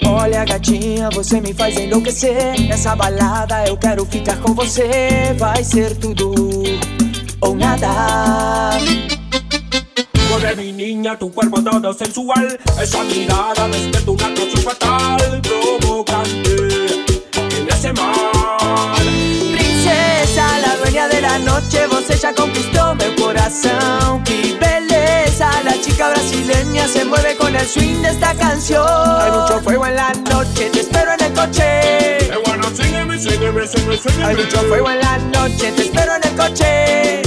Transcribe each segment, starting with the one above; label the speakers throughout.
Speaker 1: Olha gatinha, você me faz enlouquecer. Nessa balada eu quero ficar com você. Vai ser tudo ou nada.
Speaker 2: Mueve mi niña, tu cuerpo todo sensual. Esa mirada despierta una atracción fatal, provocante, que me hace mal.
Speaker 1: Princesa, la dueña de la noche, você já conquistou meu coração. Que beleza, la chica brasileña se mueve con el swing de esta canción. Hay mucho fuego en la noche, te espero en el coche.
Speaker 2: Bueno, sígueme, sígueme, sígueme, sígueme.
Speaker 1: Hay mucho fuego en la noche, te espero en el coche.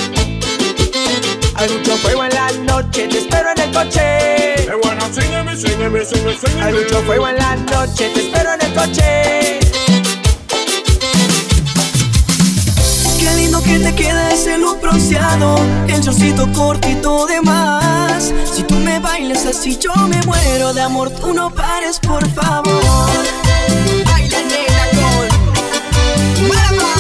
Speaker 1: Hay mucho fuego en la noche, te espero en el coche.
Speaker 2: Bueno, sígueme, sígueme, sígueme, sígueme.
Speaker 1: Hay mucho fuego en la noche, te espero en el coche.
Speaker 3: Qué lindo que te queda ese look bronceado, el shortcito cortito de más. Si tú me bailas así yo me muero de amor, tú no pares por favor. Baila negra con Marama.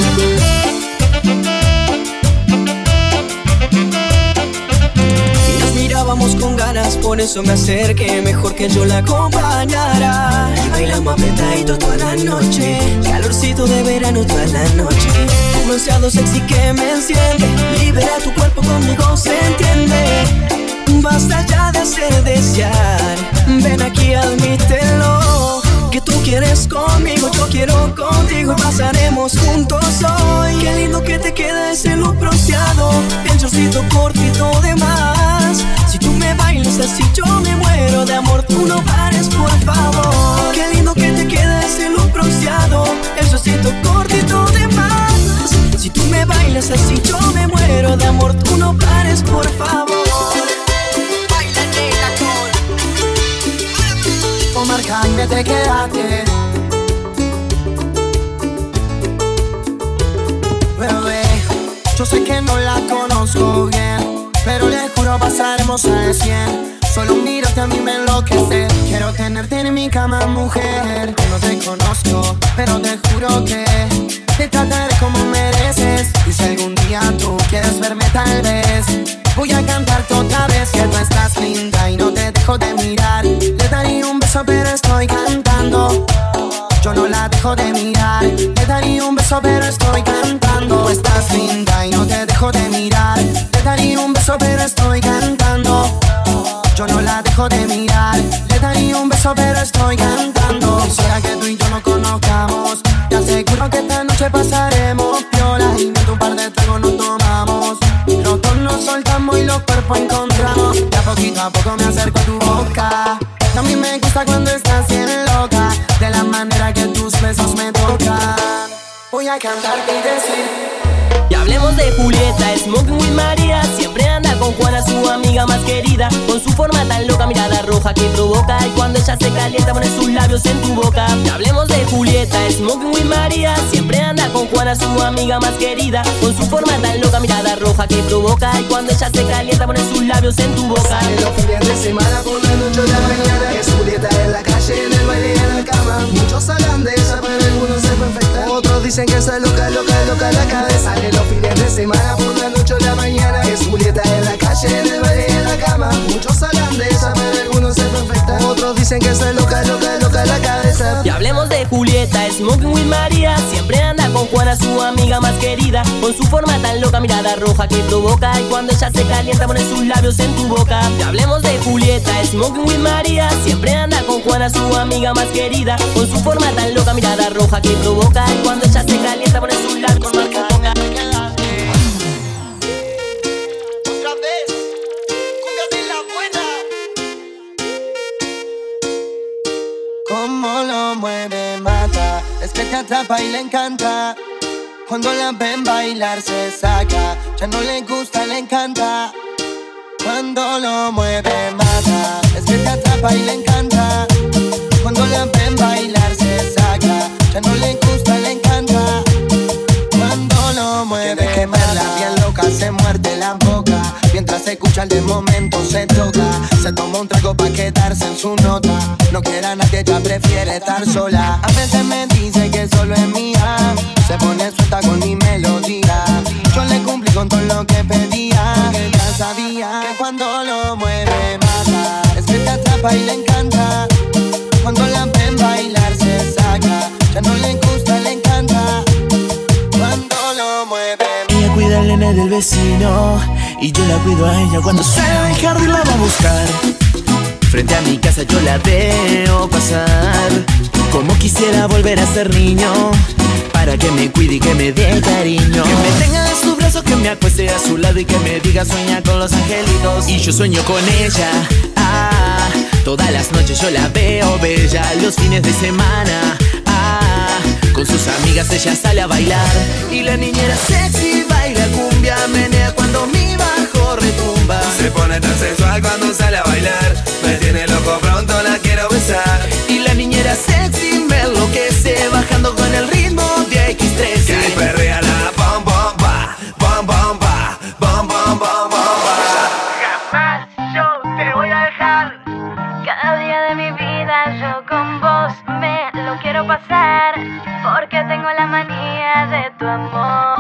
Speaker 3: Y nos mirábamos con ganas, por eso me acerqué, mejor que yo la acompañara. Y bailamos apretadito toda la noche, calorcito de verano toda la noche. Un bronceado sexy que me enciende, libera tu cuerpo, conmigo se entiende. Basta ya de hacer desear, ven aquí, admítelo. Que tú quieres conmigo, yo quiero contigo y pasaremos juntos hoy. Qué lindo que te queda ese look bronceado, el shortcito cortito de más. Si tú me bailas así yo me muero de amor, tú no pares por favor. Qué lindo que te queda ese look bronceado, el shortcito cortito de más. Si tú me bailas así yo me muero de amor, tú no pares por favor. Baila negra con
Speaker 4: Omar, cámbiate, quédate. Bebé, yo sé que no la conozco bien, pero le juro pasaremos al 100. Solo mírate a mí me enloquece. Quiero tenerte en mi cama, mujer. No te conozco, pero te juro que te trataré como mereces. Y si algún día tú quieres verme tal vez, voy a cantarte otra vez que tú estás linda y no te dejo de mirar. Le daría un beso pero estoy cantando. Yo no la dejo de mirar. Le daría un beso pero estoy cantando. Tú estás linda y no te dejo de mirar. Le daría un beso pero estoy cantando. Yo no la dejo de mirar. Le daría un beso pero estoy cantando. Quisiera que tú y yo nos conozcamos. Te aseguro que esta noche pasaremos piola y mientras un par de tragos nos tomamos. Los dos nos soltamos y los cuerpos encontramos. Y a poco me acerco a tu boca. A mí me gusta cuando estás bien loca, de la manera que tus besos me tocan. Voy a cantarte y decir.
Speaker 3: Y hablemos de Julieta, Smoking with María. Siempre anda con Juana, su amiga más querida. Con su forma tan loca, mirada roja que provoca. Y cuando ella se calienta pone sus labios en tu boca. Y hablemos de Julieta, Smoking with María. Siempre anda con Juana, su amiga más querida. Con su forma tan loca, mirada roja que provoca. Y cuando ella se calienta pone sus labios en tu boca.
Speaker 5: Sale los fines de semana por la noche de la mañana. Es Julieta en la calle, en el baile y en la cama. Muchos hablan de ella, pero algunos se perfecta. Otros dicen que está loca, loca, loca la cabeza. Sale los fines de semana por la noche de la mañana. Es Julieta en la calle, en el baile y en la cama. Muchos hablan de ella, pero algunos se perfecta. Otros dicen que está loca, loca, loca la cabeza.
Speaker 3: Y hablemos de Julieta, Smoking with María. Siempre anda con Juana, su amiga más querida. Con su forma tan loca, mirada roja que provoca. Y cuando ella se calienta pone sus labios en tu boca. Y hablemos de Julieta, Smoking with María. Siempre anda con Juana, su amiga más querida. Con su forma tan loca, mirada roja que provoca. Y cuando ella se calienta pone sus labios en tu boca.
Speaker 4: Como lo mueve, mata. Es que te atrapa y le encanta. Cuando la ven bailar se saca. Ya no le gusta, le encanta. Cuando lo mueve, mata. Es que te atrapa y le encanta. Cuando la ven bailar se saca. Ya no le gusta, le encanta. Cuando lo mueve, tiene que verla bien loca, se muerde la boca. Mientras se escucha el de momento se toca. Se toma un trago pa' quedarse en su nota. No quiere a nadie, ella prefiere estar sola. A veces me dice que solo es mía. Se pone suelta con mi melodía. Yo le cumplí con todo lo que pedía. Porque ya sabía que cuando lo mueve mata. Es que te atrapa y le encanta. Cuando la ven bailar se saca, ya no le gusta, le encanta cuando lo mueve.
Speaker 1: Ella cuida al nene del vecino y yo la cuido a ella cuando suena del jardín la va a buscar. Frente a mi casa yo la veo pasar, como quisiera volver a ser niño, para que me cuide y que me dé cariño. Que me tenga en su brazo, que me acueste a su lado y que me diga sueña con los angelitos. Y yo sueño con ella, todas las noches yo la veo bella. Los fines de semana, con sus amigas ella sale a bailar. Y la niñera sexy baila cumbia, menea cuando mi bajo retumba.
Speaker 6: Se pone tan sensual cuando sale a bailar, me tiene loco, pronto la quiero besar.
Speaker 1: Y la niñera sexy me enloquece, bajando con el ritmo de X13.
Speaker 6: Que hay perrea la bom bom ba, bom bom ba, bom bom bom bom ba.
Speaker 7: Jamás yo te voy a dejar. Cada día de mi vida yo con vos me lo quiero pasar, porque tengo la manía de tu amor.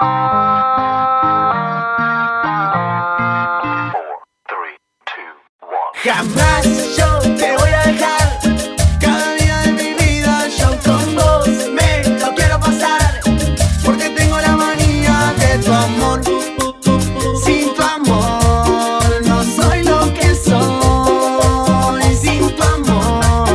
Speaker 6: 4, 3, 2, 1.
Speaker 1: Jamás yo te voy a dejar.
Speaker 4: Cada día de mi vida yo con vos me lo quiero pasar, porque tengo la manía de tu amor. Sin tu amor no soy lo que soy. Sin tu amor.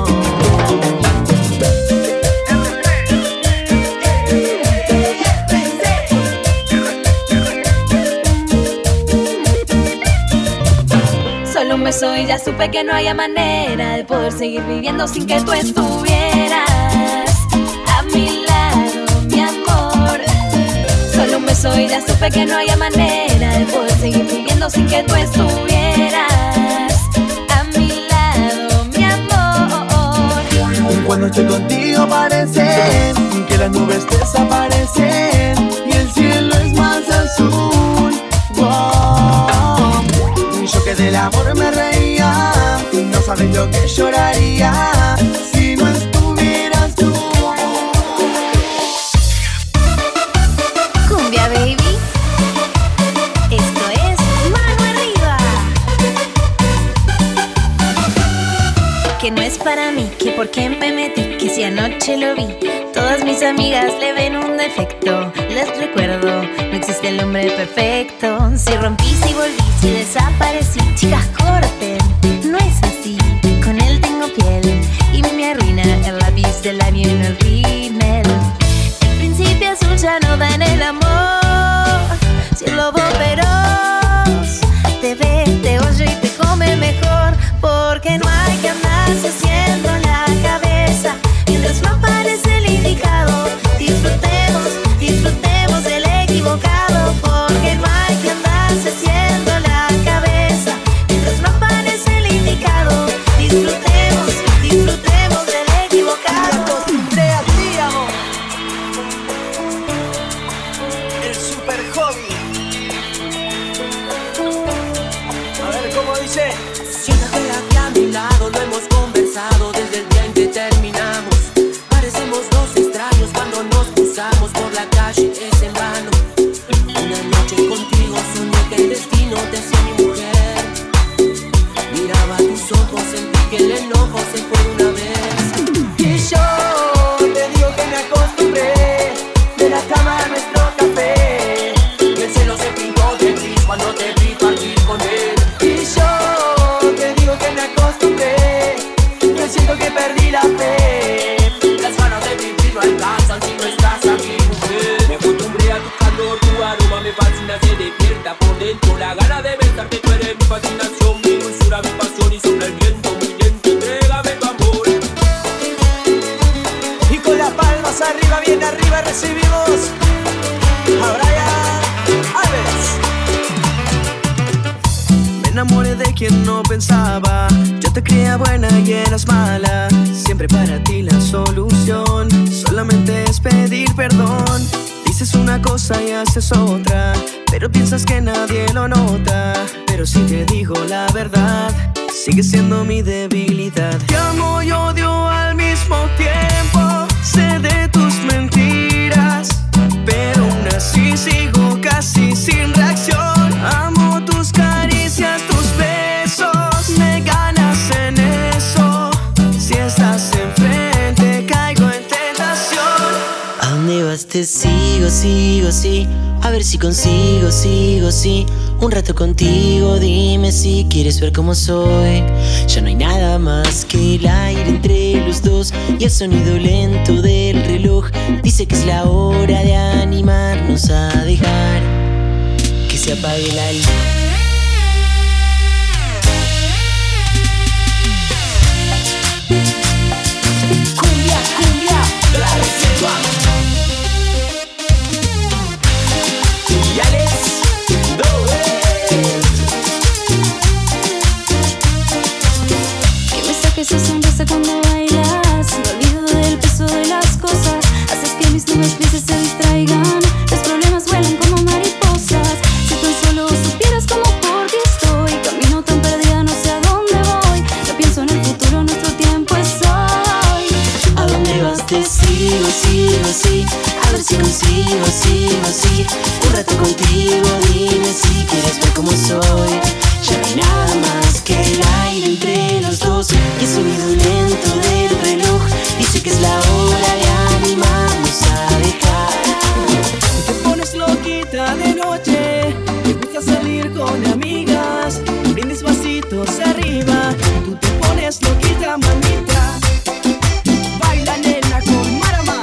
Speaker 7: Solo un beso y ya supe que no había manera de poder seguir viviendo sin que tú estuvieras a mi lado, mi amor. Solo un beso y ya supe que no había manera de poder seguir viviendo sin que tú estuvieras a mi lado, mi amor.
Speaker 4: Cuando estoy contigo parece que las nubes desaparecen y el cielo es más azul. Wow. Y yo que del amor me reía, no sabes lo que lloraría si no estuvieras tú.
Speaker 7: Cumbia baby, esto es mano arriba. Que no es para mí, que por qué me metí, que si anoche lo vi. Todas mis amigas le ven un defecto. Les recuerdo, no existe el hombre perfecto. Si rompí, si volví, si desaparecí. Chicas, corten, no es así. Con él tengo piel y me arruina el lápiz del labio y no el rímel. El príncipe azul ya no da en el amor. Si el lobo feroz te ve, te oye y te come mejor, porque no hay que andarse haciendo la cabeza mientras no aparece el indicado. Disfrutemos, disfrutemos del equivocado, porque no hay que andarse haciendo la cabeza mientras no aparece el indicado. Disfrutemos, disfrutemos del equivocado.
Speaker 1: Me acostumbré a ti, amor. El super hobby. A ver cómo dice.
Speaker 8: Siéntate aquí a mi lado, lo hemos conversado desde el día en que terminamos. Parecemos dos extraños cuando nos cruzamos por la calle, es en vano. Una noche contigo soñé que el destino te hacía mi mujer. Miraba tus ojos, sentí que el enojo se fue de una vez.
Speaker 1: Y yo te digo que me acostumbré de la cama a nuestro café.
Speaker 8: Y el cielo se pintó de gris cuando te vi partir con él.
Speaker 1: Y yo te digo que me acostumbré, que siento que perdí la fe.
Speaker 8: Las ganas de vivir no alcanzan si no estás aquí, mujer. Me acostumbré a tu calor, tu aroma me fascina, se despierta por dentro. La gana de besarte, tú eres mi fascinación, mi dulzura, mi pasión y sobre el viento, muy lento, entrégame tu amor.
Speaker 1: Y con las palmas arriba, bien arriba recibimos a Brian Alves.
Speaker 3: Me enamoré de quien no pensaba. Yo te creía buena y eras mala. Siempre para ti la solución solamente es pedir perdón. Dices una cosa y haces otra, pero piensas que nadie lo nota. Pero si te digo la verdad, sigue siendo mi debilidad. Te amo y odio al mismo tiempo. Sé de tus mentiras, pero aún así sigo casi sin reacción. Amo tus caricias, tus besos, me ganas en eso. Si te sigo, sí. A ver si consigo, sí. Un rato contigo, dime si quieres ver cómo soy. Ya no hay nada más que el aire entre los dos y el sonido lento del reloj. Dice que es la hora de animarnos a dejar que se apague la luz.
Speaker 1: Cumbia, la reserva. Y Alex
Speaker 9: que me saques esa sonrisa cuando bailas. Me olvido del peso de las cosas. Haces que mis nubes grises se distraigan. Los problemas vuelan como mariposas. Si tan solo supieras cómo por ti estoy. Camino tan perdida, no sé a dónde voy. No pienso en el futuro, nuestro tiempo es hoy.
Speaker 3: ¿A dónde vas? Te sigo, sí. A ver si consigo, sí. Un rato contigo, dime si quieres ver cómo soy. Ya no hay nada más que el aire entre los dos y el sonido lento del reloj. Dice que es la hora de animarnos a dejar.
Speaker 1: Te pones loquita de noche, te gusta salir con amigas, brindes vasitos arriba. Tú te pones loquita, mamita. Baila nena con Marama.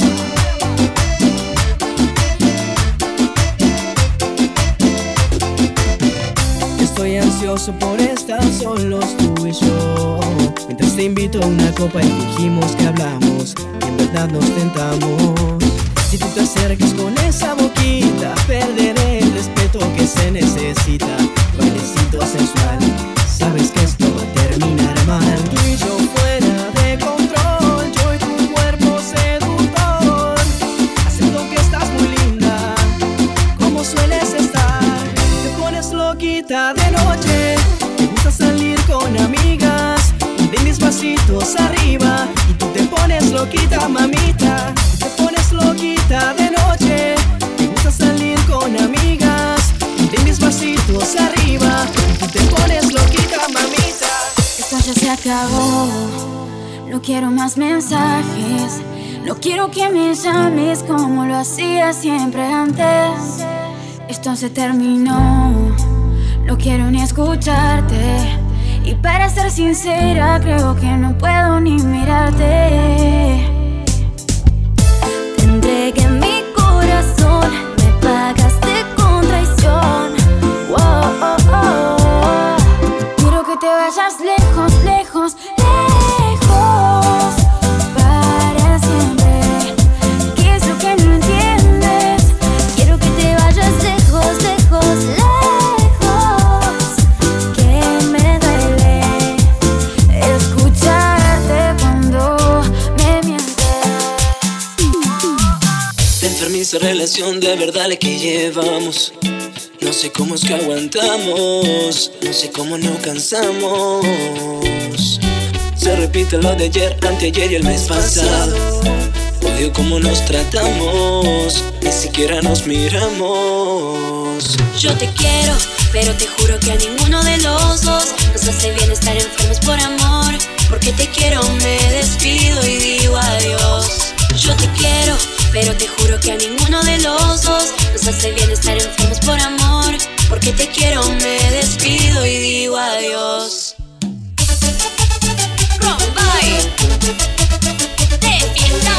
Speaker 1: Estoy ansioso por estar solos tú y yo, mientras te invito a una copa y fingimos que hablamos y en verdad nos tentamos. Si tú te acercas con esa boquita, perderé el respeto que se necesita. Bailecito sensual, sabes que esto va a terminar mal. Tú y yo fuera de control, yo y tu cuerpo seductor, haciendo que estás muy linda, como sueles estar. Te pones loquita de noche, te gusta salir con amigas, brindis vasitos arriba y tú te pones loquita, mamita. Te pones loquita de noche, te gusta salir con amigas, brindis vasitos arriba y tú te pones loquita, mamita.
Speaker 9: Esto ya se acabó. No quiero más mensajes. No quiero que me llames como lo hacía siempre antes. Esto se terminó. No quiero ni escucharte. Y para ser sincera, creo que no puedo ni mirarte. Te entregué mi corazón, me pagaste con traición. Wow, oh, oh. Quiero que te vayas lejos, lejos, lejos, para siempre. ¿Qué es lo que no entiendes? Quiero que te vayas lejos, lejos, lejos.
Speaker 3: Esa relación de verdad la que llevamos, no sé cómo es que aguantamos, no sé cómo no cansamos. Se repite lo de ayer, anteayer y el mes pasado. Odio cómo nos tratamos, ni siquiera nos miramos.
Speaker 9: Yo te quiero, pero te juro que a ninguno de los dos nos hace bien estar enfermos por amor. Porque te quiero, me despido y digo adiós. Yo te quiero, pero te juro que a ninguno de los dos nos hace bien estar enfermos por amor. Porque te quiero, me despido y digo adiós. Rombay, de fiesta.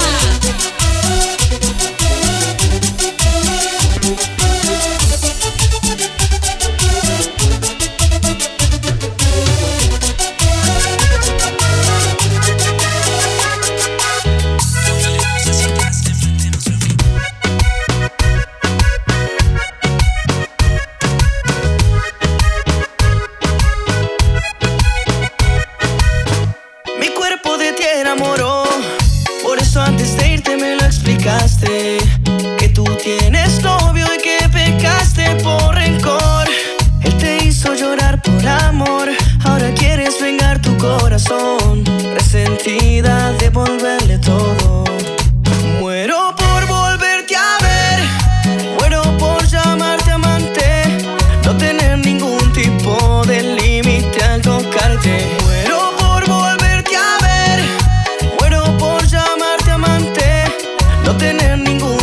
Speaker 1: Que tú tienes novio y que pecaste por rencor. Él te hizo llorar por amor. Ahora quieres vengar tu corazón. Resentida de volverle todo. Muero por volverte a ver. Muero por llamarte amante. No tener ningún tipo de límite al tocarte. Muero por volverte a ver. Muero por llamarte amante. No tener ningún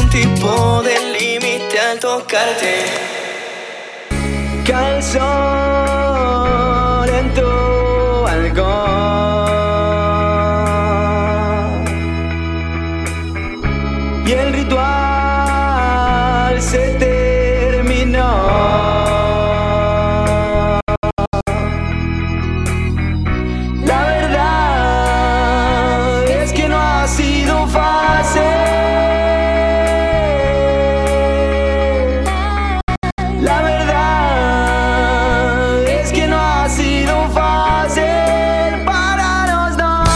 Speaker 1: calzón en tu balcón y el ritual se terminó. La verdad es que no ha sido fácil. La verdad es que no ha sido fácil para los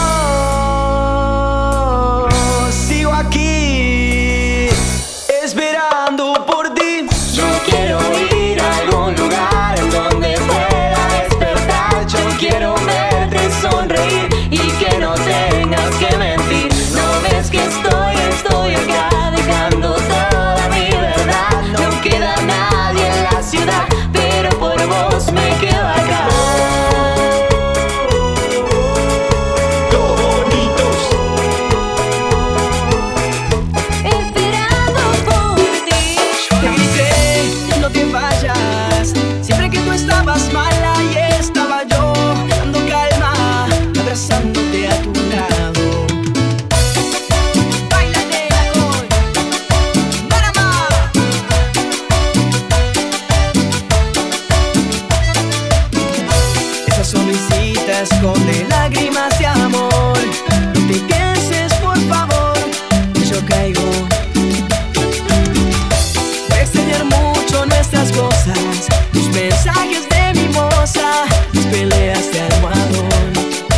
Speaker 1: dos. Sigo aquí esperando por ti. Yo quiero ir a algún lugar en donde pueda despertar. Yo quiero verte sonreír y que no tengas que mentir. No ves que estoy acá dejando toda mi verdad. No queda nadie en la ciudad, pero por vos me quedo acá. Todos bonitos.
Speaker 9: Esperando por ti.
Speaker 1: Te grité, no te vayas. Siempre que tú estabas mala y estaba yo dando calma, abrazándote a tu lado. Bailatela con Panamá. Esas sonrisitas esconden lágrimas de amor. No te pienses, por favor, que yo caigo. Voy a extrañar mucho nuestras cosas, tus mensajes de mimosa, tus peleas de almohadón.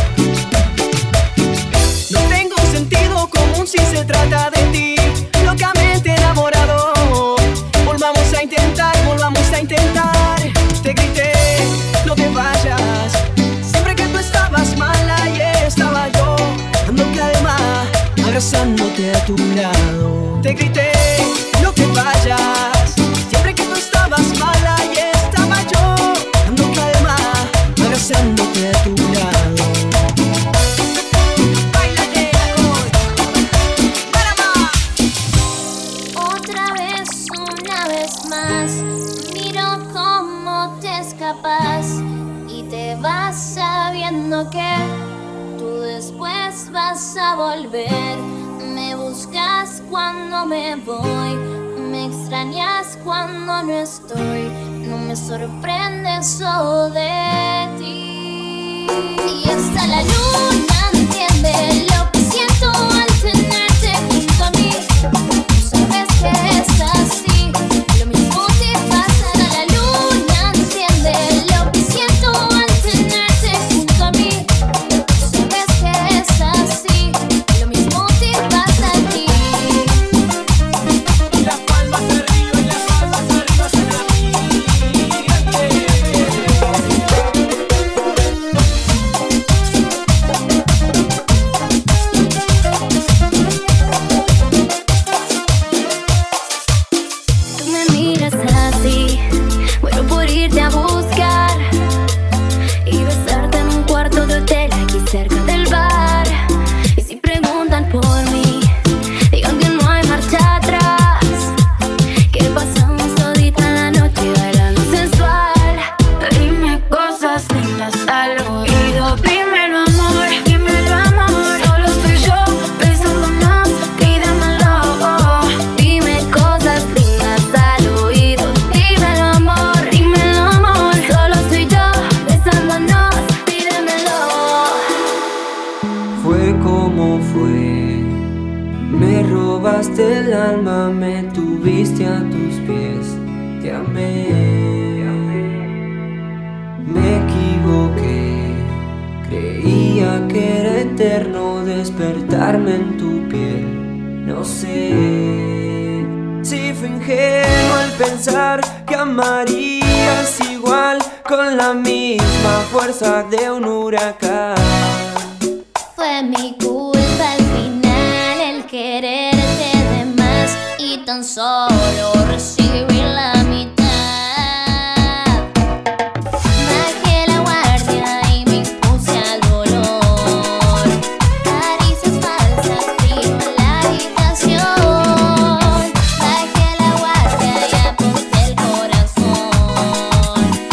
Speaker 1: No tengo un sentido común si se trata de ti, locamente enamorado. Volvamos a intentar, volvamos a intentar. Te grité, no te vayas. Siempre que tú estabas mala y estaba yo dando calma, abrazándote a tu lado. Te grité, no te vayas. Siempre que tú estabas mala y estaba yo dando calma, abrazándote a tu lado. Bailatela con Panamá.
Speaker 9: Otra vez, una vez más, miro cómo te escapas y te vas sabiendo que tú después vas a volver. Me buscas cuando me voy, me extrañas cuando no estoy. No me sorprende eso de ti. Y hasta la luna entiende lo que siento al tenerte junto a mí. Tú sabes que es así, lo mismo te pasa. La luna entiende lo que siento al tenerte junto a mí. Tú sabes que es así, lo mismo te pasa a ti.
Speaker 2: Las palmas arriba y las palmas arriba son
Speaker 9: Tú me miras así, muero por irte a buscar y besarte en un cuarto de hotel aquí cerca del bar. Y si preguntan por mí, digan que no hay marcha atrás, que pasamos todita la noche bailando sensual. Dime cosas lindas al oído, dímelo amor, solo estoy yo pensándonos, pídemelo. Dime cosas lindas al oído, dímelo amor, solo estoy yo pensándonos, pídemelo.
Speaker 1: Fue como fue, me robaste el alma, me tuviste a tus pies, te amé. Me equivoqué, creía que era eterno despertarme en tu piel. No sé si fue ingenuo al pensar que amarías igual, con la misma fuerza de un huracán.
Speaker 9: Fue mi culpa al final el quererte de más y tan solo recibí la mitad. Bajé la guardia y me impuse al dolor. Caricias falsas, frío en la habitación. Bajé la guardia y aposté el corazón.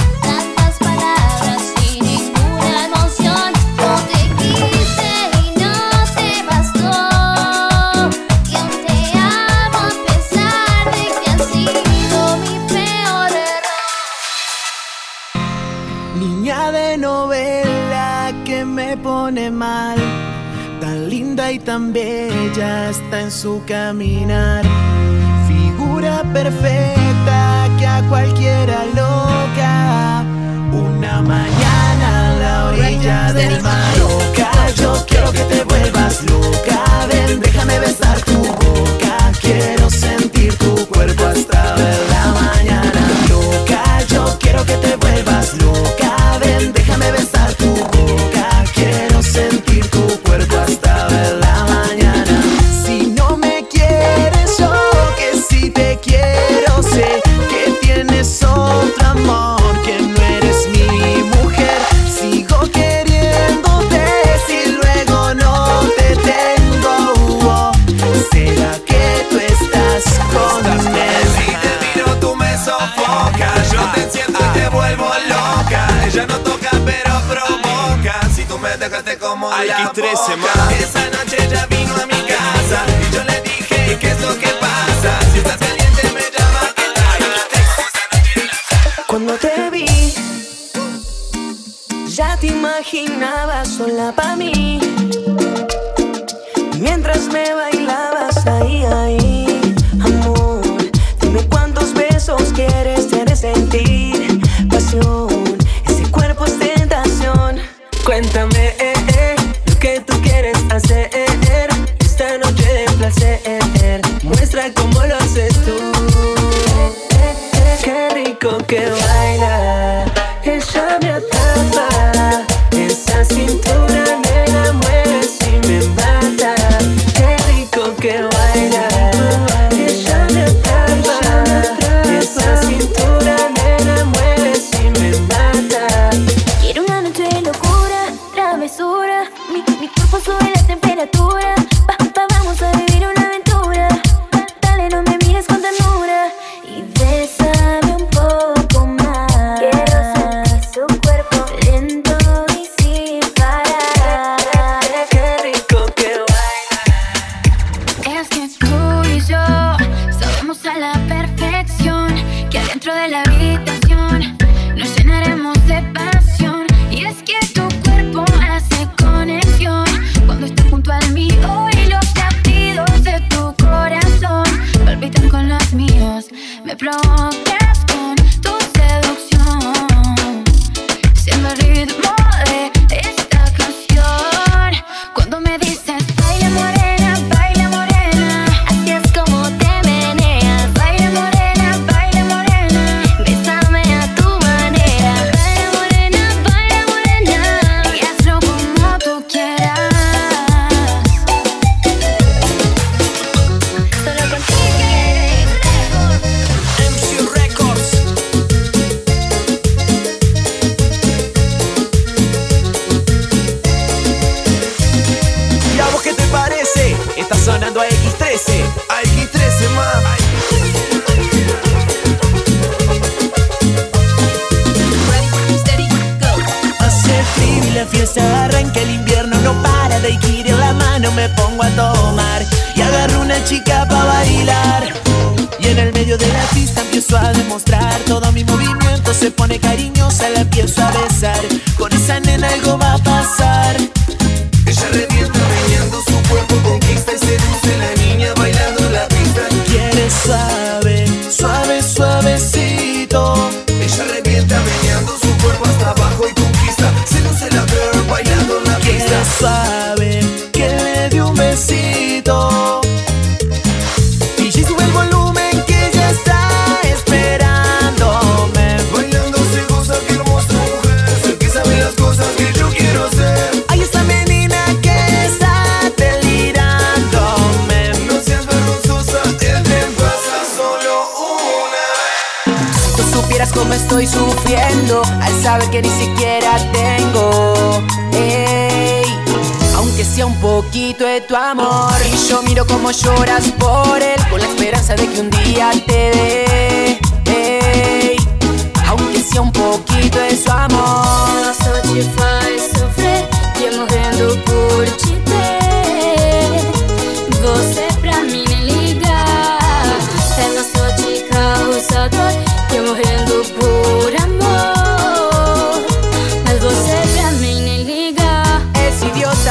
Speaker 1: de mal. Tan linda y tan bella está en su caminar. Figura perfecta que a cualquiera loca. Una mañana a la orilla del mar. Loca, yo quiero que te vuelvas loca. Ven, déjame besar tu boca. Quiero sentir tu cuerpo hasta ver la mañana. Loca, yo quiero que te vuelvas loca. Ven, déjame besar tu boca. Quiero sentir tu cuerpo hasta ver la mañana. Si no me quieres, yo que si te quiero, sé que tienes otro amor, que no eres mi mujer. Sigo queriéndote si luego no te tengo. ¿Será que tú estás con él?
Speaker 6: Si te miro tú me sofocas, yo te enciendo y te vuelvo loca. Ella no toca pero provoca, si tú me dejaste como la boca. Esa noche ella vino a mi casa y yo le dije, ¿qué es lo que pasa? Si estás caliente me llama.
Speaker 3: Cuando te vi, ya te imaginabas sola pa' mí. Mientras me bailabas ahí, ahí. Amor, dime cuántos besos quieres, te haré sentir pasión. Ese cuerpo es tentación. Cuéntame, lo que tú quieres hacer. Esta noche de placer, muestra cómo lo haces tú. Qué rico que baila, ella me atrapa. Esa cintura me la mueves y me mata. Qué rico que baila, ella me atrapa. Esa cintura me la mueves y me mata.
Speaker 9: Quiero una noche de locura, travesura. Mi cuerpo sube la temperatura. Vamos a vivir una aventura. Dale, no me mires con ternura y bésame un poco más. Quiero sentir su cuerpo lento y sin parar.
Speaker 3: Qué rico que baila.
Speaker 9: Es que tú y yo sabemos a la perfección que adentro de la habitación nos llenaremos de pasión. Y es que tu cuerpo hace conexión cuando estás junto al mío y los latidos de tu corazón palpitan con los míos. Me provocas con tu seducción, siendo el ritmo de esta canción. Cuando me dices baila morena, así es como te meneas. Baila morena, bésame a tu manera. Baila morena, y hazlo como tú quieras. Solo contigo.
Speaker 1: MC Records. ¿Y a vos qué te parece? Está sonando a X13.
Speaker 6: A X13 más.
Speaker 1: Hace frío y la fiesta arranca, el invierno no para. De Daiquiri en la mano me pongo a tomar y agarro una chica pa' bailar. Y en el medio de la pista empiezo a demostrar todo mi movimiento. Se pone cariñosa, la empiezo a besar. Con esa nena algo va a pasar.
Speaker 6: Ella revienta meneando su cuerpo, conquista y seduce la niña bailando en la pista.
Speaker 1: Quiere suave, suave, suavecito.
Speaker 6: Ella revienta meneando su cuerpo hasta abajo y conquista, seduce la girl bailando en la
Speaker 1: Quiere
Speaker 6: pista.
Speaker 1: suave, que le dé un besito. Y si sube el volumen que ya está esperándome.
Speaker 6: Bailando se goza, qué hermosa mujer. Sé que sabe las cosas que yo quiero hacer.
Speaker 1: Hay esta menina que está delirándome.
Speaker 6: No seas vergonzosa, el tiempo pasa solo una vez.
Speaker 3: Si tú supieras cómo estoy sufriendo al saber que ni siquiera tengo, ey, aunque sea un poquito de tu amor. Y yo miro cómo lloras por él, con la esperanza de que un día te dé, ey, aunque sea um pouquinho de seu amor.
Speaker 9: Ela só te faz sofrer e eu morrendo por te ter. Você pra mim nem ligar. Ela só te causa dor e eu morrendo por amor. Mas você pra mim nem ligar.
Speaker 3: Esse idiota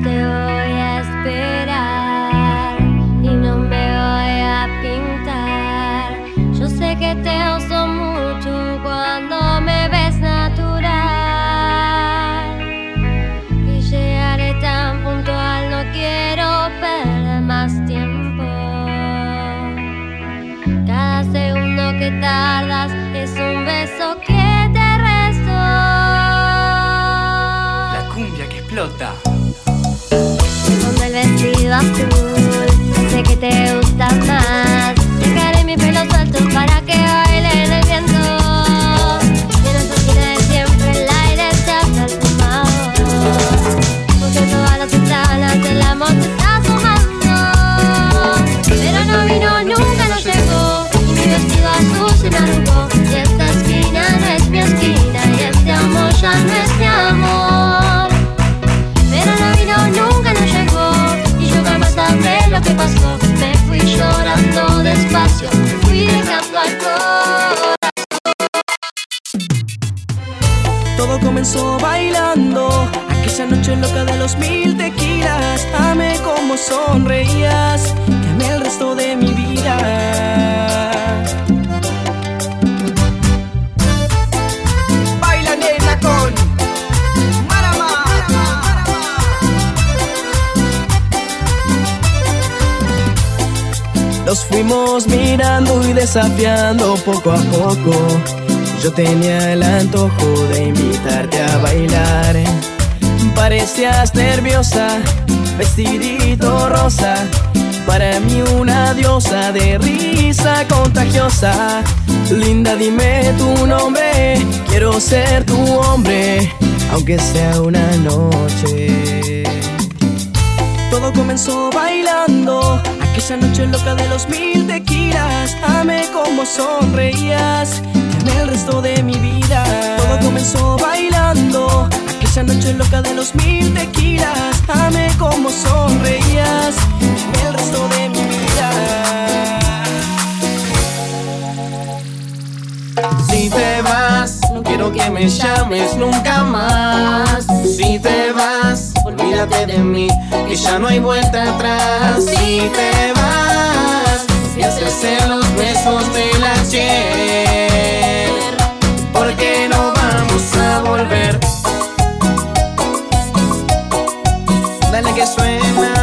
Speaker 10: te voy a esperar y no me voy a pintar. Yo sé que te uso mucho cuando me ves natural y llegaré tan puntual, no quiero perder más tiempo. Cada segundo que tardas es un beso que te resto.
Speaker 11: La cumbia que explota.
Speaker 10: Con el vestido azul, sé que te gusta más. Dejaré mi pelo suelto para que baile en el viento. Y en esa esquina de siempre el aire se ha perfumado, porque todas las ventanas del amor se está sumando. Pero no vino, nunca no llegó, y mi vestido azul se me arrugó. Y esta esquina no es mi esquina, y este amor ya no es mi amor. Pero no vino, nunca no llegó, y yo jamás sabré lo que pasó. Me fui llorando despacio, fui dejando al corazón.
Speaker 1: Todo comenzó bailando, aquella noche loca de los 1000 tequilas. Amé como sonreías, te amé el resto de mi vida. Baila nena con Marama. Nos fuimos mirando y desafiando poco a poco. Yo tenía el antojo de invitarte a bailar. Parecías nerviosa, vestidito rosa, para mí una diosa de risa contagiosa. Linda, dime tu nombre, quiero ser tu hombre, aunque sea una noche. Todo comenzó bailando, aquella noche loca de los 1000 tequilas. Amé como sonreías, te amé el resto de mi vida. Todo comenzó bailando, aquella noche loca de los 1000 tequilas. Amé como sonreías, te amé el resto de mi vida.
Speaker 6: Si te vas, no quiero que me llames nunca más. Si te vas, olvídate de mí, que ya no hay vuelta atrás. Si te vas, piénsese en los besos del ayer, porque no vamos a volver. Dale que suena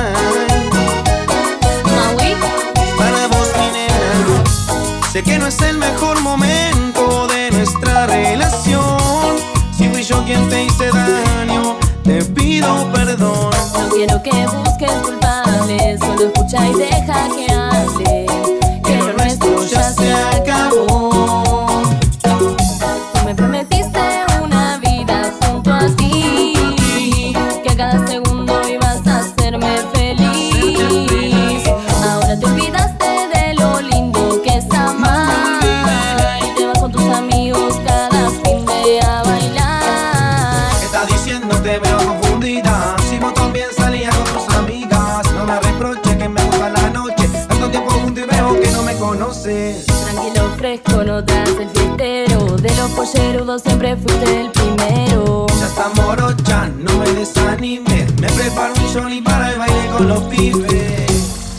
Speaker 10: Maui,
Speaker 6: para vos, mi nena. Sé que no es el mejor momento de nuestra relación. Si fui yo quien te hice daño, te pido perdón.
Speaker 12: No quiero que busques culpables, solo escucha y deja que hable, que lo nuestro ya se acabó. Tú me prometiste una vida junto a ti, que a cada segundo ibas a hacerme feliz. Ahora te olvidaste de lo lindo que es amar, y te vas con tus amigos cada fin de a bailar.
Speaker 6: ¿Qué estás diciendo? Te veo confundida. Si vos también salías con tus amigas, no me reproches que me gusta la noche. Tanto tiempo junto y veo que no me conoces.
Speaker 12: Tranquilo, fresco, no te hagas el fiestero. De los pollerudos siempre fuiste el primero.
Speaker 6: Ya está morocha, no me desanimes. Me preparo un jolly para el baile con los pibes.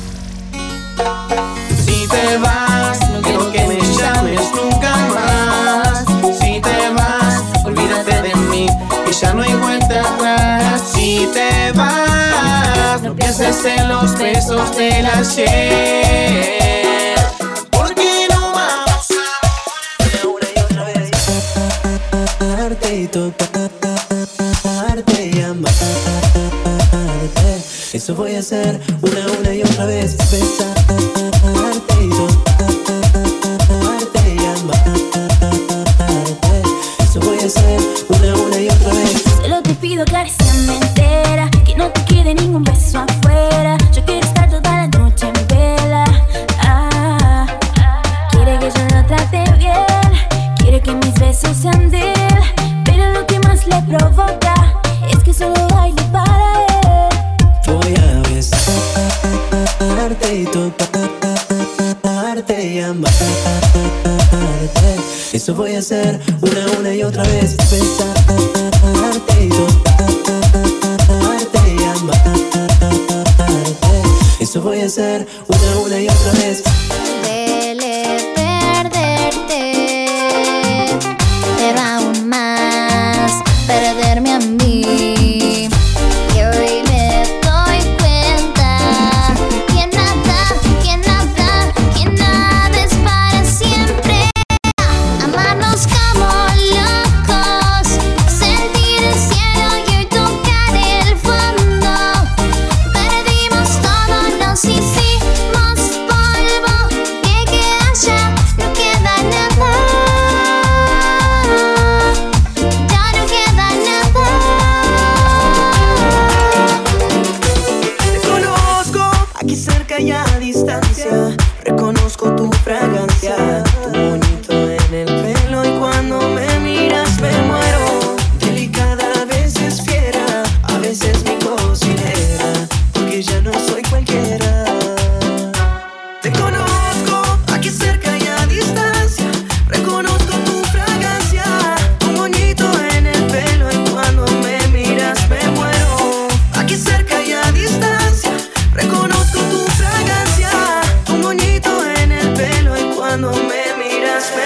Speaker 6: Si te vas, no quiero que me llames nunca más. Si te vas, olvídate de mí, que ya no hay vuelta atrás. Si te vas, no pienses en los besos del ayer, porque no vamos a una y otra vez.
Speaker 3: Amarte y tocarte y amarte. Eso voy a hacer una y otra vez. Besarte y tocarte y amarte. Eso voy a hacer una y otra vez.
Speaker 9: Solo te pido acariciarme entera, que no te quede ningún beso afuera. Yo quiero estar toda la noche en vela. Quiere que yo lo trate bien, quiere que mis besos sean de él, pero lo que más le provoca es que solo baile para él.
Speaker 3: Voy a besarte y tocarte y amarte. Eso voy a hacer una y otra vez. Besarte y tocarte y amarte. ser una y otra vez.
Speaker 10: Duele perderte, pero aún más perderme a mí. Y hoy me doy cuenta que nada es para siempre. Amarnos como locos, sentir el cielo y hoy tocar el fondo. Perdimos todo, nos hicimos polvo. ¿Qué queda ya? No queda nada. Ya no queda nada.
Speaker 3: Te conozco aquí cerca y a distancia. Reconozco tu fragancia, tu bonito en el pelo. Y cuando me miras me muero. Delicada, a veces fiera, a veces mi cocinera, porque ya no soy cualquiera. Te conozco aquí cerca y a distancia. Reconozco tu fragancia, tu moñito en el pelo. Y cuando me miras me muero. Aquí cerca y a distancia. Reconozco tu fragancia, tu moñito en el pelo. Y cuando me miras me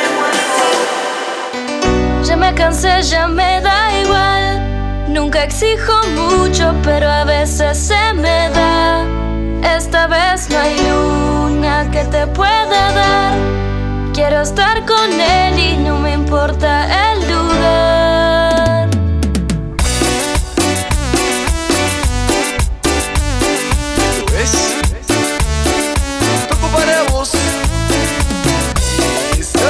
Speaker 3: muero.
Speaker 12: Ya me cansé, ya me da igual. Nunca exijo mucho, pero a veces se me da. Esta vez no hay luna que te pueda dar. Quiero estar con él y no me importa el lugar.
Speaker 6: ¿Lo ves? Toco para vos. Listo.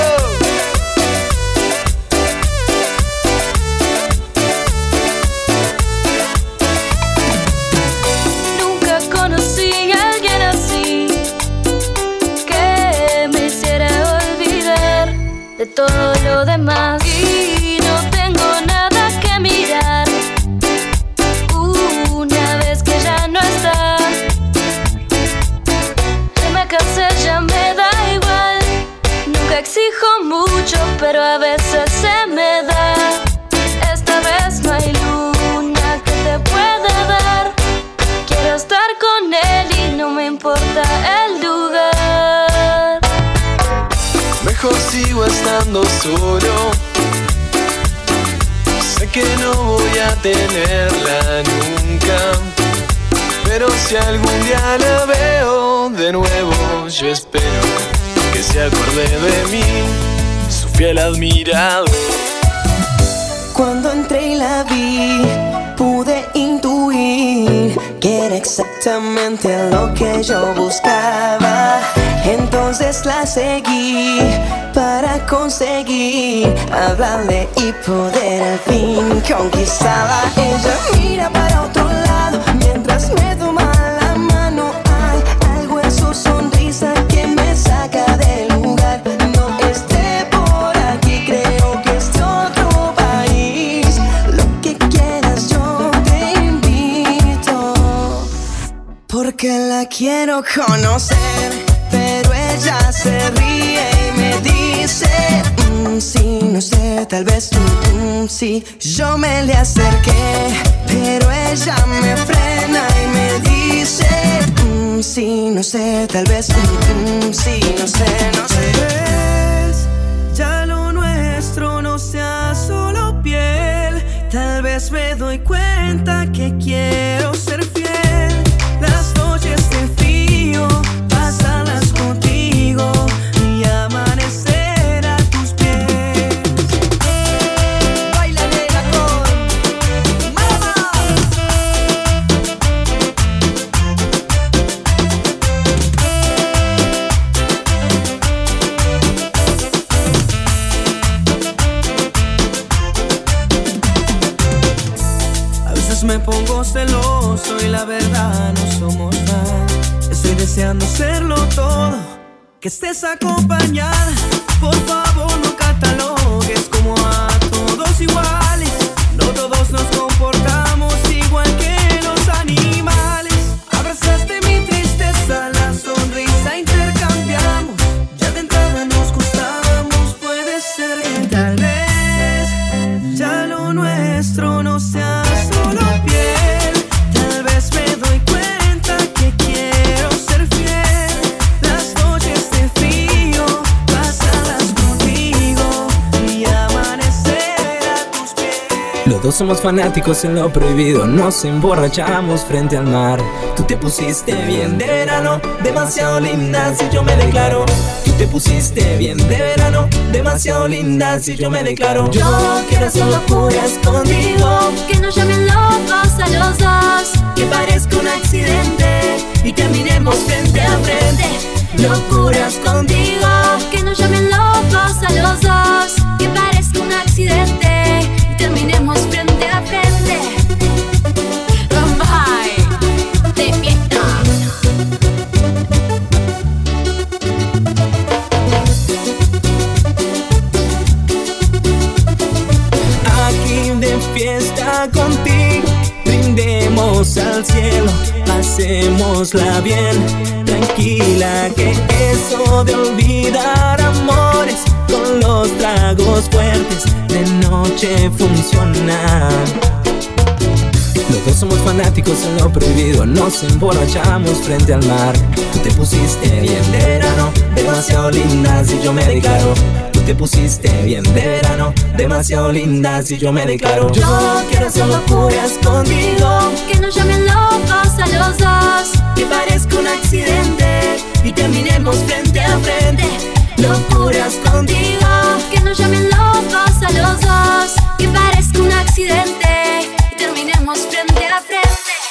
Speaker 12: Nunca conocí a alguien así, que me hiciera olvidar de todo lo demás. Y no tengo nada que mirar una vez que ya no está. Ya me cansé, ya me da igual. Nunca exijo mucho, pero a veces se me da. Esta vez no hay luna que te pueda dar. Quiero estar con él y no me importa el lugar.
Speaker 6: Mejor sigo estando solo. Sé que no voy a tenerla nunca, pero si algún día la veo de nuevo, yo espero que se acuerde de mí, su fiel admirado.
Speaker 3: Cuando entré y la vi, pude intuir que era exactamente lo que yo buscaba. Entonces la seguí para conseguir hablarle y poder al fin conquistarla. Ella mira para otro lado mientras me toma la mano. Hay algo en su sonrisa que me saca del lugar. No esté por aquí, creo que es de otro país. Lo que quieras yo te invito, porque la quiero conocer. Pero ella se ríe y me dice sí, no sé, tal vez sí. Yo me le acerqué, pero ella me frena y me dice sí, no sé, tal vez sí, no sé. Tal vez ya lo nuestro no sea solo piel. Tal vez me doy cuenta que quiero ser fiel. Las noches de frío, pasarlas contigo y amanecer a tus pies. Baila nena con Mama. A veces me pongo celoso y la verdad no somos nada. Estoy deseando serlo todo, que estés acompañada. Por favor no catalogues como a todos iguales. No todos nos comportamos igual que los animales. Abrazaste mi tristeza, la sonrisa intercambiamos. Ya de entrada nos gustamos, puede ser que tal vez ya lo nuestro no sea solo piel. Tal vez me doy cuenta que quiero ser fiel.
Speaker 1: dos somos fanáticos en lo prohibido, nos emborrachamos frente al mar. Tú te pusiste bien de verano, demasiado linda si yo me declaro. Tú te pusiste bien de verano, demasiado linda si yo me declaro.
Speaker 9: Yo quiero hacer locuras contigo, que nos llamen locos a los dos,
Speaker 1: que parezca un accidente y terminemos frente a frente.
Speaker 9: Locuras contigo, que nos llamen locos a los dos, que parezca un accidente y terminemos frente a frente. Bye, de fiesta.
Speaker 1: Aquí de fiesta contigo, brindemos al cielo, pasémosla bien, tranquila, que eso de olvidar amores con los tragos fuertes de noche funciona. Los dos somos fanáticos en lo prohibido, nos emborrachamos frente al mar. Tú te pusiste bien de verano, demasiado linda si yo me declaro. Tú te pusiste bien de verano, demasiado linda si yo me declaro.
Speaker 9: Yo quiero hacer locuras contigo, que nos llamen locos a los dos,
Speaker 1: que parezca un accidente y terminemos frente a frente.
Speaker 9: Locuras contigo, que nos llamen locos a los dos, que parezca un accidente y terminemos frente a frente.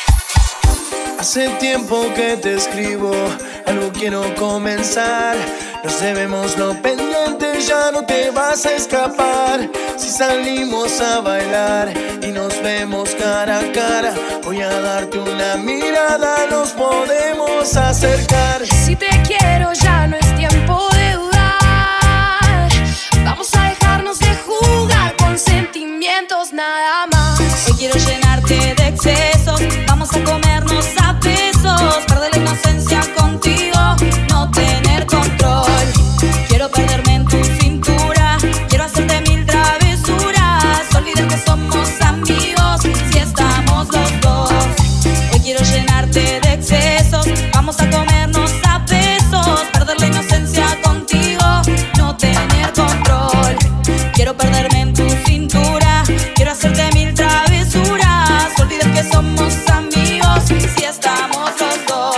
Speaker 4: Hace tiempo que te escribo, algo quiero comenzar. Nos debemos lo pendiente, ya no te vas a escapar. Si salimos a bailar y nos vemos cara a cara, voy a darte una mirada, nos podemos acercar.
Speaker 9: Si te quiero ya no es tiempo de dudar, vamos a dejarnos de jugar con sentimientos nada más.
Speaker 12: Hoy quiero llenarte de excesos, vamos a comernos a besos, perder la inocencia contigo, no tener control. Quiero perderme en tu cintura, quiero hacerte mil travesuras, olvidar que somos amigos si estamos los dos. Hoy quiero llenarte de excesos, vamos a comernos a besos, perder la inocencia contigo, no tener control. Quiero perderme en tu cintura, quiero hacerte mil travesuras, olvidar que somos amigos si estamos los dos.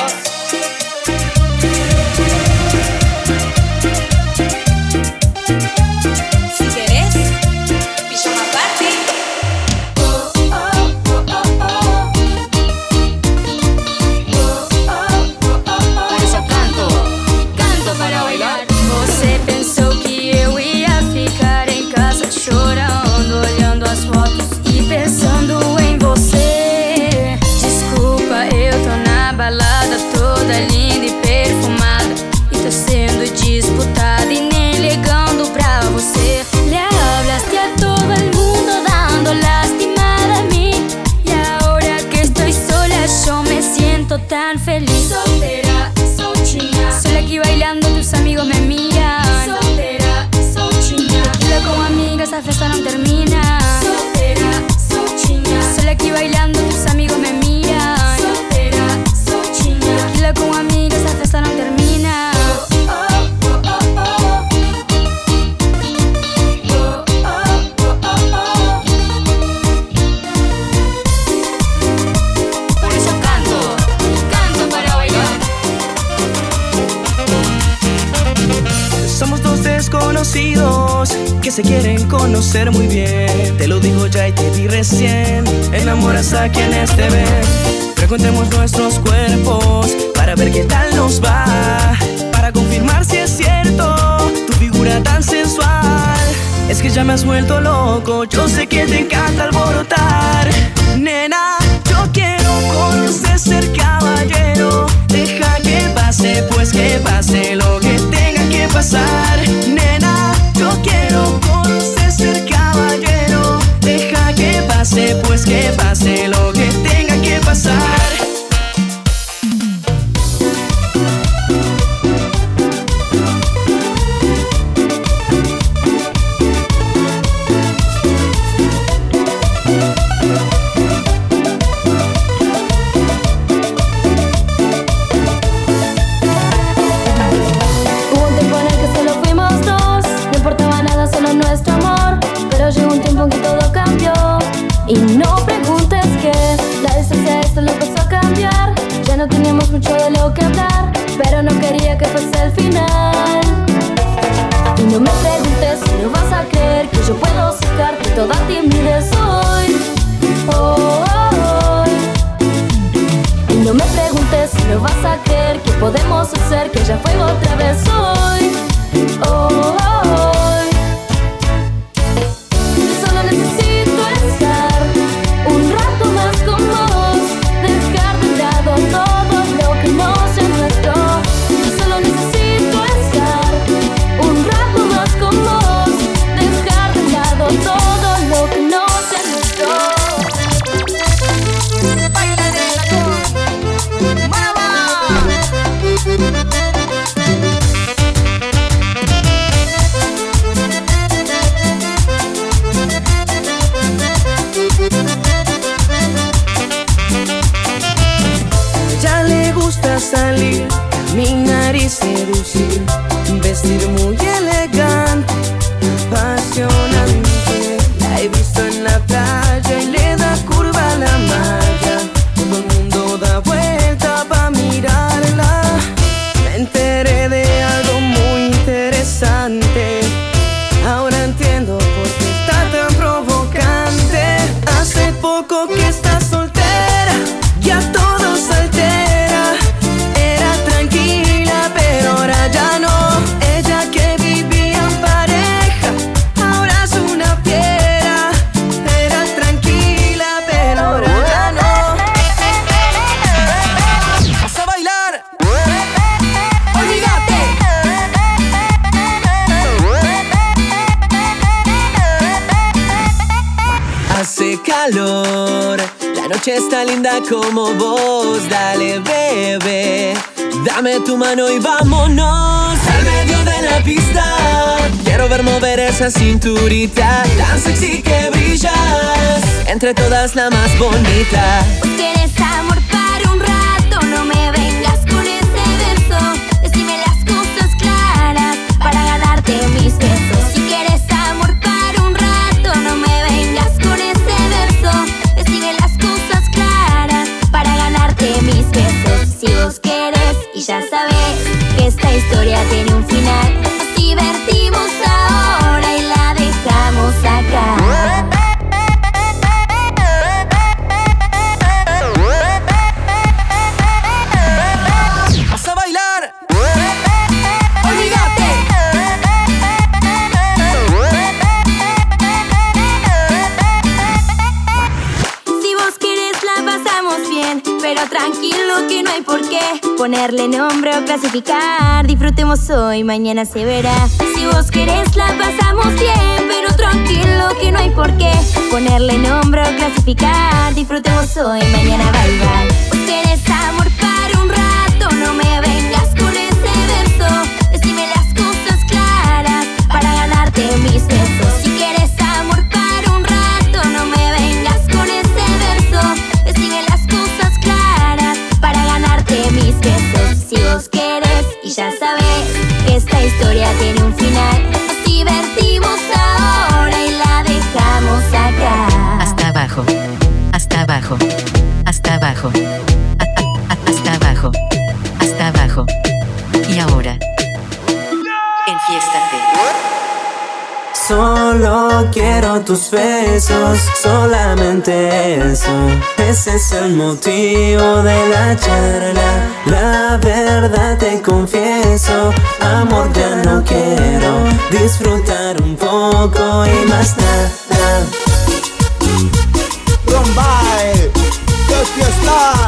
Speaker 12: Si querés, pijama party. Por eso canto para bailar.
Speaker 9: Você pensou que eu ia ficar em casa chorando, olhando as fotos e pensando em você. Desculpa, eu tô na balada toda linda e perfumada, e tô sendo disputada e nem ligando pra você. Le hablaste a todo el mundo dando lástima de mí, y ahora que estoy sola yo me siento tan feliz. Soltera, solchinha, sola aquí bailando, tus amigos me miran. Soltera, solchinha, tequila con amigas, esta fiesta no termina. Soltera, solchinha, sola aquí bailando, tus amigos me miran. Soltera, solchinha, tequila con amigas, esta fiesta no termina.
Speaker 12: Por eso canto para bailar.
Speaker 1: Somos dos desconocidos que se quieren conocer muy bien. Te lo digo ya y te vi recién, enamoras a quienes te ven. Frecuentemos nuestros cuerpos para ver qué tal nos va, para confirmar si es cierto tu figura tan sensual. Es que ya me has vuelto loco, yo sé que te encanta alborotar. Nena, yo quiero conocer, ser caballero. Deja que pase, pues que pase lo que tenga que pasar. Nena, yo quiero conocer, ser caballero. Deja que pase, pues que pase lo que tenga que pasar.
Speaker 9: Hubo un tiempo en el que solo fuimos dos, no importaba nada, solo nuestro amor. Pero llegó un tiempo en que todo cambió, y
Speaker 12: no quería que fuese el final. Y no me preguntes si no vas a creer que yo puedo sacarte toda timidez hoy. Y no me preguntes si no vas a creer que podemos hacer que ya fue otra vez hoy. Yo solo necesito estar un rato más con vos, dejar de lado todo lo que no sea nuestro. Yo solo necesito estar un rato más con vos, dejar de lado todo lo que no sea nuestro.
Speaker 3: Ya le gusta salir, caminar y seducir, vestir muy elegante, apasionante. La he visto en la playa y le da curva a la malla. Todo el mundo da vuelta pa' mirarla. Me enteré de algo muy interesante. Ahora entiendo por qué está tan provocante. Hace poco que está soltera, ya todo se altera. Era tranquila, pero ahora ya no. Ella que vivía en pareja, ahora es una fiera. Era tranquila, pero ahora ya no.
Speaker 1: ¡Vas a bailar! ¡Olvídate!
Speaker 3: Hace calor, la noche está linda como vos. Dale, bebé, dame tu mano y vámonos al medio de la pista. Quiero ver mover esa cinturita tan sexy que brillas, entre todas la más bonita.
Speaker 10: ¿Quieres amor para un rato? No me vengas con ese verso. Decime las cosas claras para ganarte mis besos. Si quieres amor para un rato, no me vengas con ese verso. Decime las cosas claras para ganarte mis besos. Si vos querés y ya sabes que esta historia tiene un final, nos divertimos ahora y la dejamos acá.
Speaker 1: ¡Vas a bailar! ¡Olvídate!
Speaker 10: Si vos querés la pasamos bien, pero tranquilo que no hay por qué ponerle nombre o clasificar. Disfrutemos hoy, mañana se verá. Si vos querés la pasamos bien, pero tranquilo que no hay por qué ponerle nombre o clasificar. Disfrutemos hoy, mañana bye bye. Vos querés amor para un rato, no me vengas con ese verso. Decime las cosas claras para ganarte mis besos. Si quieres amor para un rato, no me vengas con ese verso. Decime las cosas claras para ganarte mis besos. Si vos querés y ya sabes que esta historia tiene un final, nos divertimos ahora y la dejamos acá.
Speaker 13: Hasta abajo, hasta abajo, hasta abajo, hasta abajo, hasta abajo. Y ahora, enfiéstate.
Speaker 3: Solo quiero tus besos, solamente eso. Ese es el motivo de la charla. La verdad te confieso, amor ya no quiero. Disfrutar un poco y más nada.
Speaker 14: Rombay, ¡qué fiesta!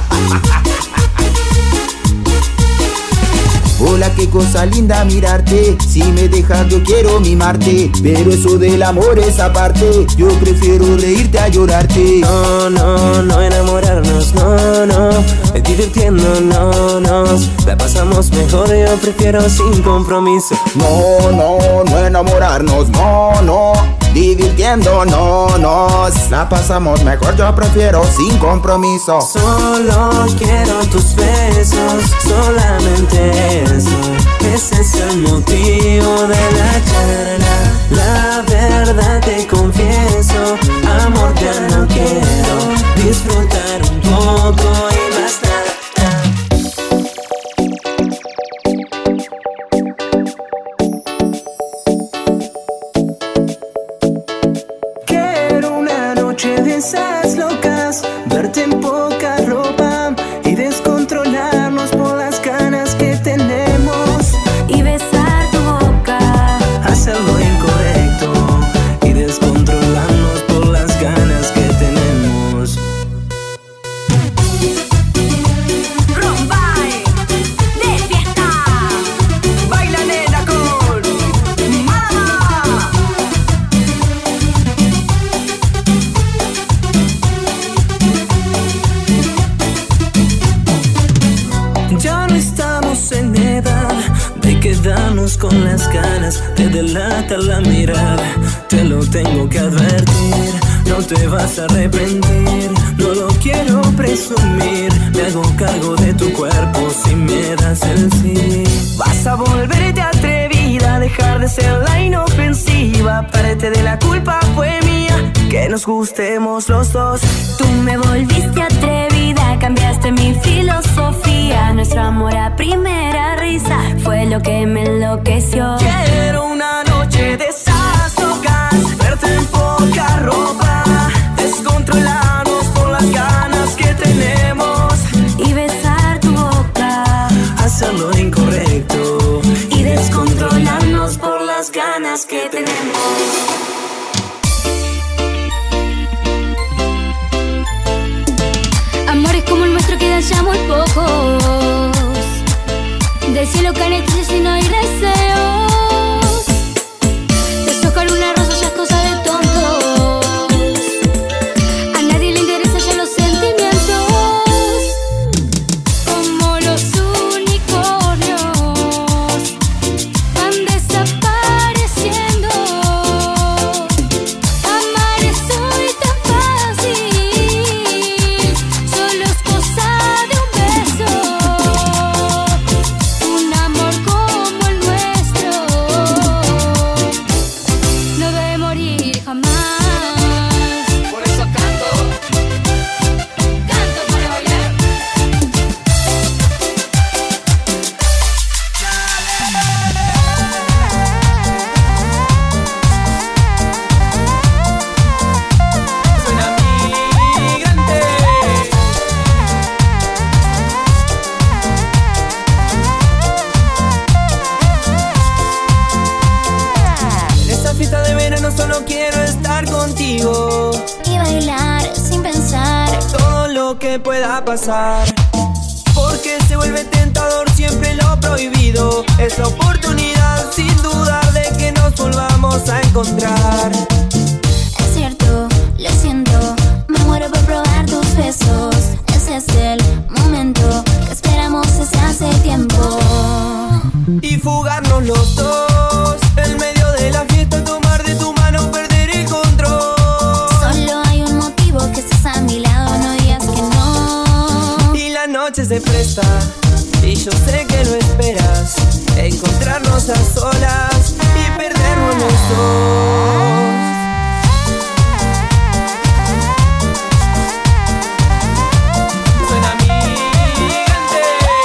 Speaker 14: Hola, qué cosa linda mirarte. Si me dejas yo quiero mimarte, pero eso del amor es aparte. Yo prefiero reírte a llorarte.
Speaker 3: No, no, no enamorarnos, no, no. Divirtiéndonos, la pasamos mejor, yo prefiero sin compromiso.
Speaker 14: No, no, no enamorarnos, no, no. Divirtiéndonos, la pasamos mejor, yo prefiero sin compromiso.
Speaker 3: Solo quiero tus besos, solamente eso. Ese es el motivo de la charla. La verdad te confieso, amor ya no quiero. Disfrutar un poco y más nada.
Speaker 1: de esas locas, verte en poca ropa y descontrolarnos por las ganas que tenemos.
Speaker 9: Y besar tu boca,
Speaker 1: hacer lo incorrecto y descontrolarnos por las ganas que tenemos.
Speaker 9: Rombay, de fiesta,
Speaker 1: baila nena con mamá. Ya no estamos en edad de quedarnos con las ganas, te delata la mirada, te lo tengo que advertir, no te vas a arrepentir, no lo quiero presumir, me hago cargo de tu cuerpo si me das el sí. Vas a volverte atrevida, dejar de ser la inofensiva, parte de la culpa fue mía, que nos gustemos los dos.
Speaker 9: Tú me volviste atrevida, cambiaste mi filosofía, nuestro amor a primera risa fue lo que me enloqueció.
Speaker 1: Quiero una noche de esas locas, verte en poca ropa, descontrolarnos por las ganas que tenemos
Speaker 9: y besar tu boca,
Speaker 1: hacer lo incorrecto
Speaker 9: y descontrolarnos por las ganas que tenemos. Amores como el nuestro quedan ya muy pocos, del cielo caen estrellas y no hay deseos, deshojar una rosa ya es cosa de tontos, a nadie le interesa ya los sentimientos, como los unicornios van desapareciendo. Amar es hoy tan fácil, solo es cosa de un beso, un amor como el nuestro no debe morir jamás. Por eso canto para bailar.
Speaker 1: Suena migrante. En esta fiesta de verano solo quiero estar contigo
Speaker 9: Y bailar sin pensar,
Speaker 1: todo lo que pueda pasar, porque se vuelve tentador siempre lo prohibido. Es la oportunidad sin dudar de que nos volvamos a encontrar.
Speaker 9: es cierto, lo siento, me muero por probar tus besos. Ese es el momento que esperamos desde hace tiempo.
Speaker 1: Y fugarnos los dos, en medio de la fiesta, tomar de tu mano, perder el control.
Speaker 9: Solo hay un motivo, que estés a mi lado, no digas que no.
Speaker 1: Y la noche se presta, y yo sé que lo esperas, encontrarnos a solas y perdernos los dos. Suena migrante.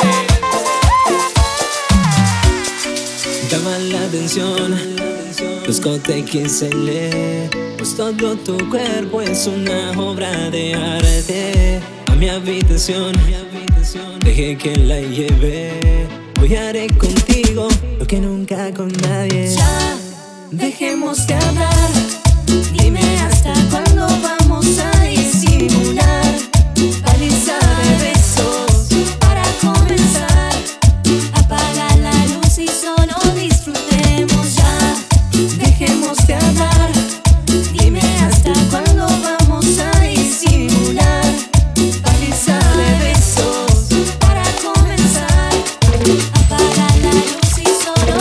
Speaker 1: Llama la atención, buscote que se lee, pues todo tu cuerpo es una obra de arte. A mi habitación, dejé que la lleve, hoy haré contigo lo que nunca con nadie.
Speaker 9: Ya, dejemos de hablar, dime hasta cuándo vamos a disimular. Paliza de besos para comenzar, apaga la luz y solo disfrutemos ya. Dejemos de hablar, dime hasta cuándo vamos a disimular. Paliza de besos para comenzar, apaga la luz y solo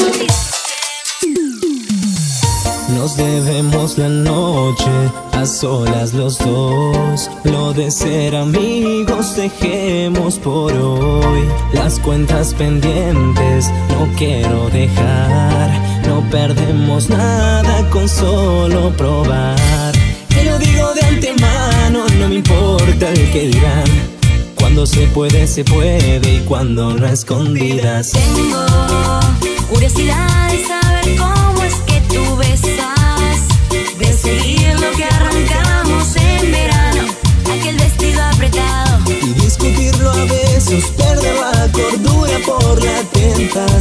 Speaker 9: disfrutemos.
Speaker 1: Nos debemos la noche a solas los dos, lo de ser amigos dejemos por hoy. Las cuentas pendientes no quiero dejar, no perdemos nada con solo probar. Te lo digo de antemano, no me importa el que dirán. Cuando se puede y cuando no a escondidas.
Speaker 9: Tengo curiosidad de saber cómo es que tú besas, de seguir lo que arrancamos en verano.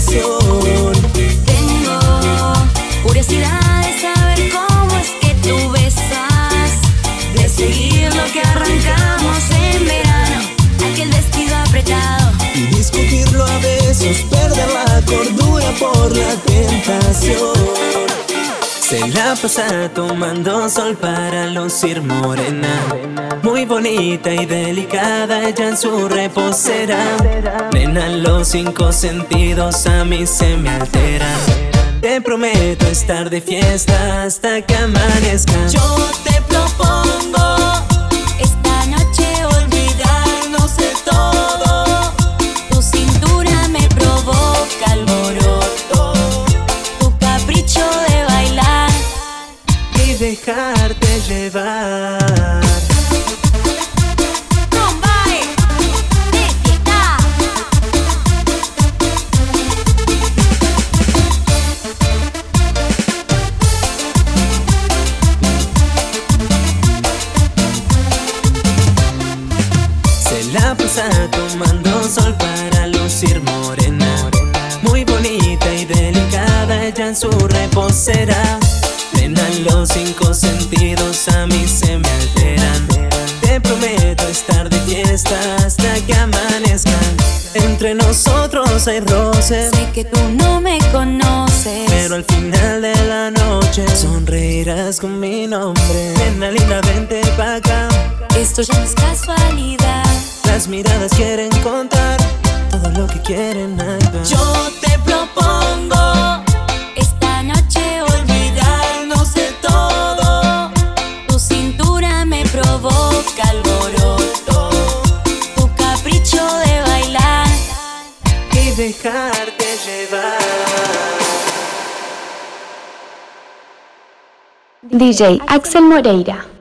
Speaker 3: tentación.
Speaker 9: Tengo curiosidad de saber cómo es que tú besas, de seguir lo que arrancamos en verano, aquel vestido apretado,
Speaker 3: y discutirlo a besos, perder la cordura por la tentación. Se la pasa tomando sol para lucir morena, muy bonita y delicada ella en su reposera. Nena, los 5 sentidos a mí se me alteran. Te prometo estar de fiesta hasta que amanezca.
Speaker 9: Yo te propongo esta noche olvidarnos de todo. Tu cintura me provoca alboroto, tu capricho de bailar
Speaker 3: y dejarte llevar. La pasa tomando sol para lucir morena, muy bonita y delicada ella en su reposera. Nena, los 5 sentidos a mí se me alteran. Te prometo estar de fiesta hasta que amanezca. Entre nosotros hay roces,
Speaker 9: sé que tú no me conoces,
Speaker 3: pero al final de la noche sonreirás con mi nombre. Nena linda, vente pa' acá,
Speaker 9: esto ya no es casualidad.
Speaker 3: Las miradas quieren contar todo lo que quieren hallar.
Speaker 9: Yo te propongo esta noche olvidarnos de todo. Tu cintura me provoca alboroto, tu capricho de bailar
Speaker 3: y dejarte llevar.
Speaker 15: DJ Axel Moreira.